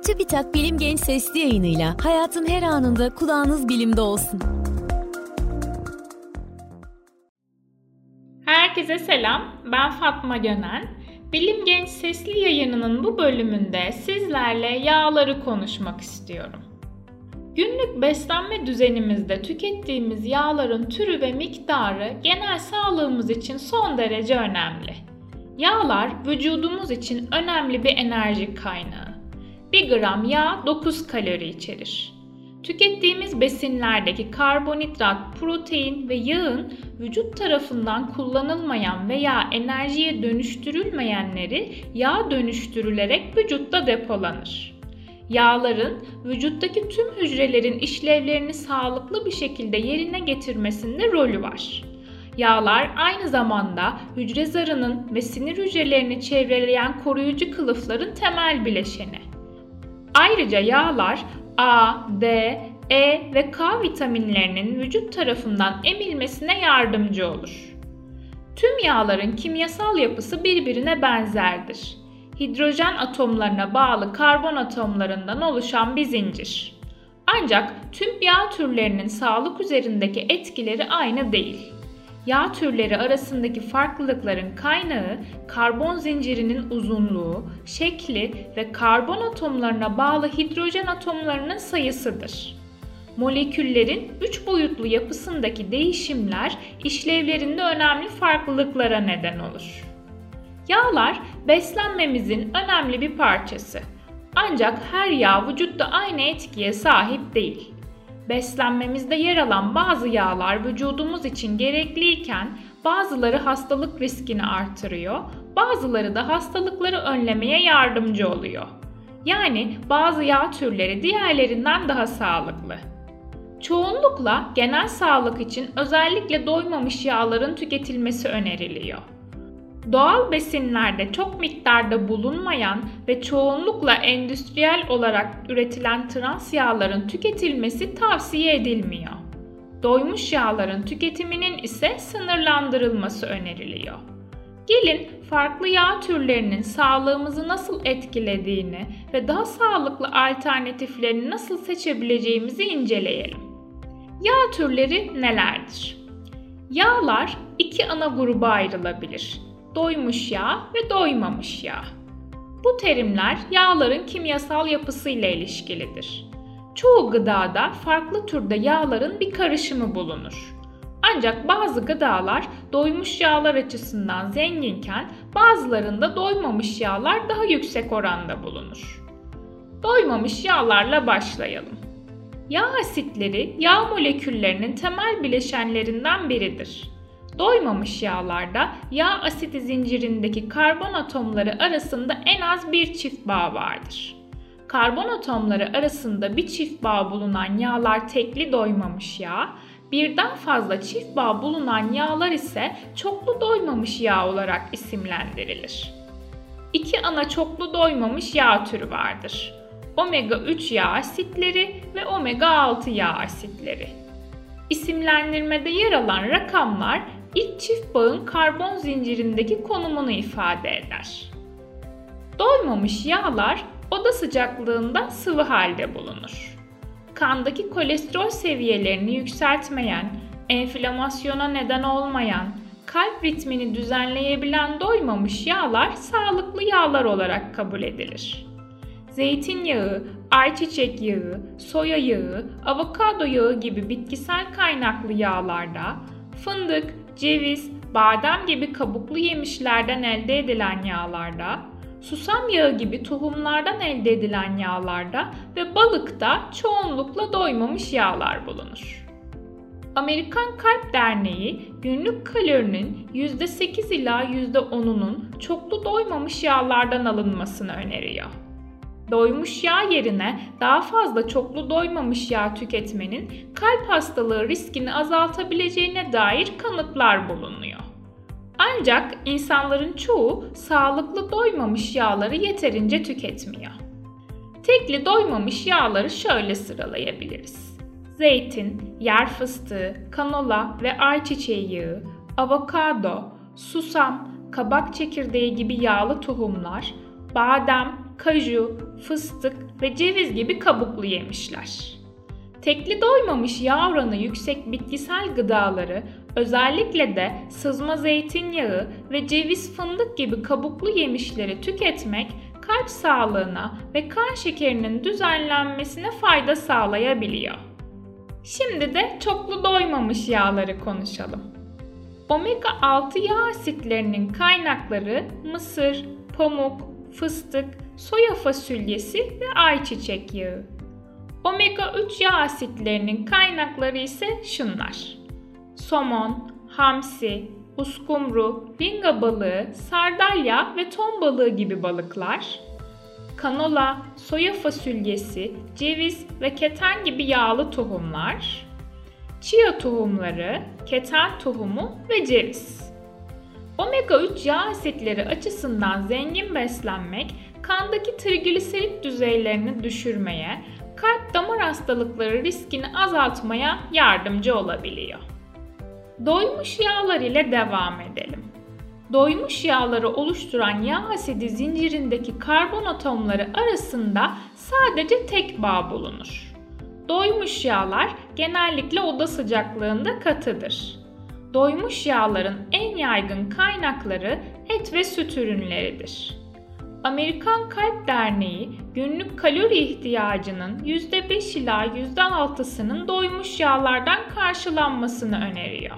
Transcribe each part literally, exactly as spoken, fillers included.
TÜBİTAK Bilim Genç Sesli yayınıyla hayatın her anında kulağınız bilimde olsun. Herkese selam, ben Fatma Gönen. Bilim Genç Sesli yayınının bu bölümünde sizlerle yağları konuşmak istiyorum. Günlük beslenme düzenimizde tükettiğimiz yağların türü ve miktarı genel sağlığımız için son derece önemli. Yağlar vücudumuz için önemli bir enerji kaynağı. bir gram yağ dokuz kalori içerir. Tükettiğimiz besinlerdeki karbonhidrat, protein ve yağın vücut tarafından kullanılmayan veya enerjiye dönüştürülmeyenleri yağ dönüştürülerek vücutta depolanır. Yağların vücuttaki tüm hücrelerin işlevlerini sağlıklı bir şekilde yerine getirmesinde rolü var. Yağlar aynı zamanda hücre zarının ve sinir hücrelerini çevreleyen koruyucu kılıfların temel bileşeni. Ayrıca yağlar A, D, E ve K vitaminlerinin vücut tarafından emilmesine yardımcı olur. Tüm yağların kimyasal yapısı birbirine benzerdir. Hidrojen atomlarına bağlı karbon atomlarından oluşan bir zincir. Ancak tüm yağ türlerinin sağlık üzerindeki etkileri aynı değil. Yağ türleri arasındaki farklılıkların kaynağı karbon zincirinin uzunluğu, şekli ve karbon atomlarına bağlı hidrojen atomlarının sayısıdır. Moleküllerin üç boyutlu yapısındaki değişimler işlevlerinde önemli farklılıklara neden olur. Yağlar beslenmemizin önemli bir parçası. Ancak her yağ vücutta aynı etkiye sahip değil. Beslenmemizde yer alan bazı yağlar vücudumuz için gerekliyken bazıları hastalık riskini artırıyor, bazıları da hastalıkları önlemeye yardımcı oluyor. Yani bazı yağ türleri diğerlerinden daha sağlıklı. Çoğunlukla genel sağlık için özellikle doymamış yağların tüketilmesi öneriliyor. Doğal besinlerde çok miktarda bulunmayan ve çoğunlukla endüstriyel olarak üretilen trans yağların tüketilmesi tavsiye edilmiyor. Doymuş yağların tüketiminin ise sınırlandırılması öneriliyor. Gelin farklı yağ türlerinin sağlığımızı nasıl etkilediğini ve daha sağlıklı alternatiflerini nasıl seçebileceğimizi inceleyelim. Yağ türleri nelerdir? Yağlar iki ana gruba ayrılabilir. Doymuş yağ ve doymamış yağ. Bu terimler yağların kimyasal yapısıyla ilişkilidir. Çoğu gıdada farklı türde yağların bir karışımı bulunur. Ancak bazı gıdalar doymuş yağlar açısından zenginken bazılarında doymamış yağlar daha yüksek oranda bulunur. Doymamış yağlarla başlayalım. Yağ asitleri yağ moleküllerinin temel bileşenlerinden biridir. Doymamış yağlarda yağ asidi zincirindeki karbon atomları arasında en az bir çift bağ vardır. Karbon atomları arasında bir çift bağ bulunan yağlar tekli doymamış yağ, birden fazla çift bağ bulunan yağlar ise çoklu doymamış yağ olarak isimlendirilir. İki ana çoklu doymamış yağ türü vardır. omega üç yağ asitleri ve omega altı yağ asitleri. İsimlendirmede yer alan rakamlar ilk çift bağın karbon zincirindeki konumunu ifade eder. Doymamış yağlar oda sıcaklığında sıvı halde bulunur. Kandaki kolesterol seviyelerini yükseltmeyen, enflamasyona neden olmayan, kalp ritmini düzenleyebilen doymamış yağlar sağlıklı yağlar olarak kabul edilir. Zeytinyağı, ayçiçek yağı, soya yağı, avokado yağı gibi bitkisel kaynaklı yağlarda, fındık, ceviz, badem gibi kabuklu yemişlerden elde edilen yağlarda, susam yağı gibi tohumlardan elde edilen yağlarda ve balıkta çoğunlukla doymamış yağlar bulunur. Amerikan Kalp Derneği günlük kalorinin yüzde sekiz ila yüzde onunun çoklu doymamış yağlardan alınmasını öneriyor. Doymuş yağ yerine daha fazla çoklu doymamış yağ tüketmenin kalp hastalığı riskini azaltabileceğine dair kanıtlar bulunuyor. Ancak insanların çoğu sağlıklı doymamış yağları yeterince tüketmiyor. Tekli doymamış yağları şöyle sıralayabiliriz. Zeytin, yer fıstığı, kanola ve ayçiçeği yağı, avokado, susam, kabak çekirdeği gibi yağlı tohumlar, badem, kaju, fıstık ve ceviz gibi kabuklu yemişler. Tekli doymamış yağ oranı yüksek bitkisel gıdaları, özellikle de sızma zeytinyağı ve ceviz, fındık gibi kabuklu yemişleri tüketmek kalp sağlığına ve kan şekerinin düzenlenmesine fayda sağlayabiliyor. Şimdi de çoklu doymamış yağları konuşalım. omega altı yağ asitlerinin kaynakları mısır, pamuk, fıstık, soya fasulyesi ve ayçiçek yağı. omega üç yağ asitlerinin kaynakları ise şunlar: somon, hamsi, uskumru, ringa balığı, sardalya ve ton balığı gibi balıklar, kanola, soya fasulyesi, ceviz ve keten gibi yağlı tohumlar, chia tohumları, keten tohumu ve ceviz. omega üç yağ asitleri açısından zengin beslenmek, kandaki trigliserit düzeylerini düşürmeye, kalp damar hastalıkları riskini azaltmaya yardımcı olabiliyor. Doymuş yağlar ile devam edelim. Doymuş yağları oluşturan yağ asidi zincirindeki karbon atomları arasında sadece tek bağ bulunur. Doymuş yağlar genellikle oda sıcaklığında katıdır. Doymuş yağların en yaygın kaynakları et ve süt ürünleridir. Amerikan Kalp Derneği günlük kalori ihtiyacının yüzde beş ila yüzde altısının doymuş yağlardan karşılanmasını öneriyor.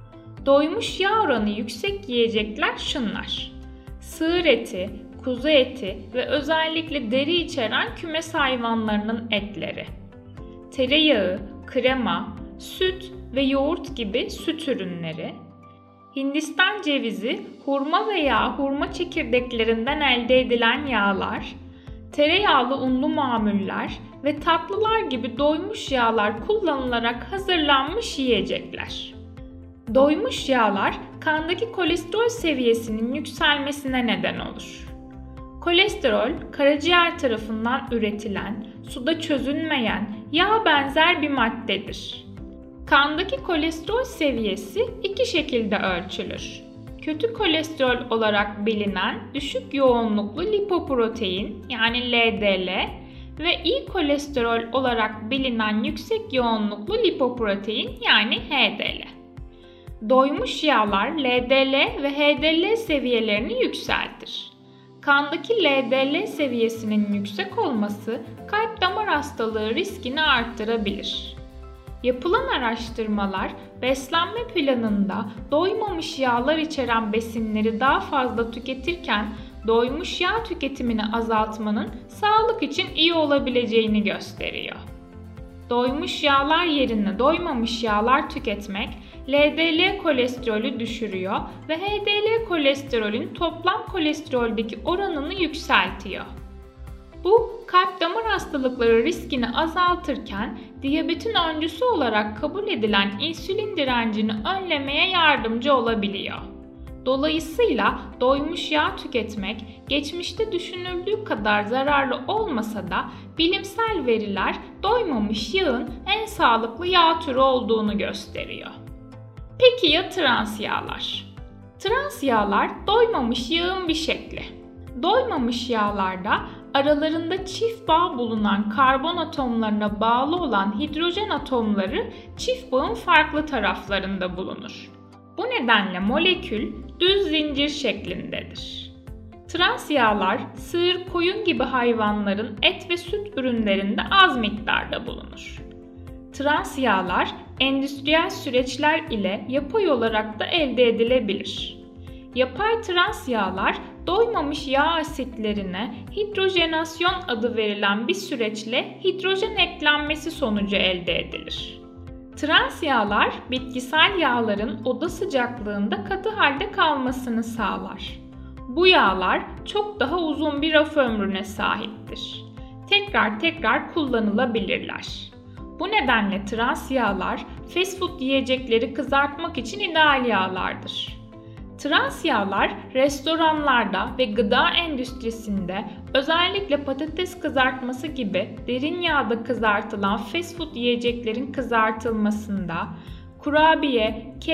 Doymuş yağ oranı yüksek yiyecekler şunlar: sığır eti, kuzu eti ve özellikle deri içeren kümes hayvanlarının etleri, tereyağı, krema, süt ve yoğurt gibi süt ürünleri, Hindistan cevizi, hurma veya hurma çekirdeklerinden elde edilen yağlar, tereyağlı unlu mamuller ve tatlılar gibi doymuş yağlar kullanılarak hazırlanmış yiyecekler. Doymuş yağlar kandaki kolesterol seviyesinin yükselmesine neden olur. Kolesterol, karaciğer tarafından üretilen, suda çözünmeyen, yağ benzer bir maddedir. Kandaki kolesterol seviyesi iki şekilde ölçülür. Kötü kolesterol olarak bilinen düşük yoğunluklu lipoprotein yani L D L ve iyi kolesterol olarak bilinen yüksek yoğunluklu lipoprotein yani H D L. Doymuş yağlar L D L ve H D L seviyelerini yükseltir. Kandaki L D L seviyesinin yüksek olması kalp damar hastalığı riskini arttırabilir. Yapılan araştırmalar beslenme planında doymamış yağlar içeren besinleri daha fazla tüketirken doymuş yağ tüketimini azaltmanın sağlık için iyi olabileceğini gösteriyor. Doymuş yağlar yerine doymamış yağlar tüketmek L D L kolesterolü düşürüyor ve H D L kolesterolün toplam kolesteroldeki oranını yükseltiyor. Bu, kalp damar hastalıkları riskini azaltırken diyabetin öncüsü olarak kabul edilen insülin direncini önlemeye yardımcı olabiliyor. Dolayısıyla doymuş yağ tüketmek geçmişte düşünüldüğü kadar zararlı olmasa da bilimsel veriler doymamış yağın en sağlıklı yağ türü olduğunu gösteriyor. Peki ya trans yağlar? Trans yağlar doymamış yağın bir şekli. Doymamış yağlarda aralarında çift bağ bulunan karbon atomlarına bağlı olan hidrojen atomları çift bağın farklı taraflarında bulunur. Bu nedenle molekül düz zincir şeklindedir. Trans yağlar sığır, koyun gibi hayvanların et ve süt ürünlerinde az miktarda bulunur. Trans yağlar endüstriyel süreçler ile yapay olarak da elde edilebilir. Yapay trans yağlar doymamış yağ asitlerine hidrojenasyon adı verilen bir süreçle hidrojen eklenmesi sonucu elde edilir. Trans yağlar bitkisel yağların oda sıcaklığında katı halde kalmasını sağlar. Bu yağlar çok daha uzun bir raf ömrüne sahiptir. Tekrar tekrar kullanılabilirler. Bu nedenle trans yağlar fast food yiyecekleri kızartmak için ideal yağlardır. Trans yağlar restoranlarda ve gıda endüstrisinde özellikle patates kızartması gibi derin yağda kızartılan fast food yiyeceklerin kızartılmasında, kurabiye, kek,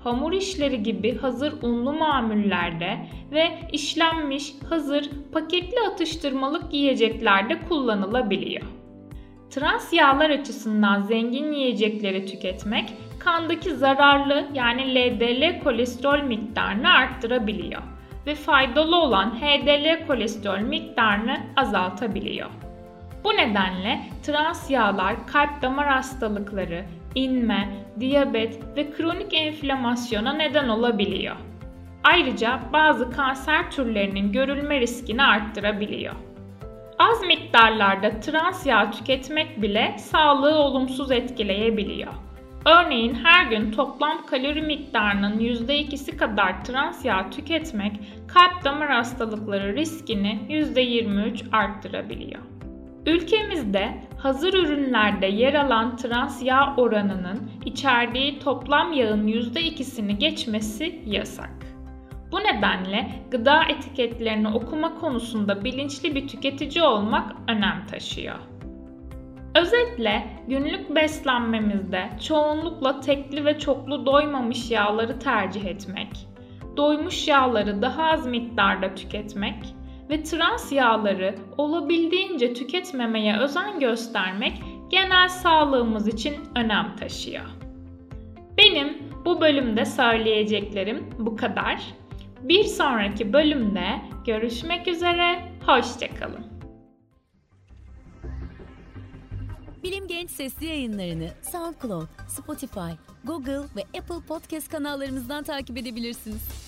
hamur işleri gibi hazır unlu mamullerde ve işlenmiş hazır paketli atıştırmalık yiyeceklerde kullanılabiliyor. Trans yağlar açısından zengin yiyecekleri tüketmek kandaki zararlı yani L D L kolesterol miktarını arttırabiliyor ve faydalı olan H D L kolesterol miktarını azaltabiliyor. Bu nedenle trans yağlar kalp damar hastalıkları, inme, diyabet ve kronik enflamasyona neden olabiliyor. Ayrıca bazı kanser türlerinin görülme riskini arttırabiliyor. Az miktarlarda trans yağ tüketmek bile sağlığı olumsuz etkileyebiliyor. Örneğin her gün toplam kalori miktarının yüzde ikisi kadar trans yağ tüketmek kalp damar hastalıkları riskini yüzde yirmi üç arttırabiliyor. Ülkemizde hazır ürünlerde yer alan trans yağ oranının içerdiği toplam yağın yüzde ikisini geçmesi yasak. Bu nedenle gıda etiketlerini okuma konusunda bilinçli bir tüketici olmak önem taşıyor. Özetle günlük beslenmemizde çoğunlukla tekli ve çoklu doymamış yağları tercih etmek, doymuş yağları daha az miktarda tüketmek ve trans yağları olabildiğince tüketmemeye özen göstermek genel sağlığımız için önem taşıyor. Benim bu bölümde söyleyeceklerim bu kadar. Bir sonraki bölümde görüşmek üzere, hoşça kalın. Bilim Genç sesli yayınlarını SoundCloud, Spotify, Google ve Apple Podcast kanallarımızdan takip edebilirsiniz.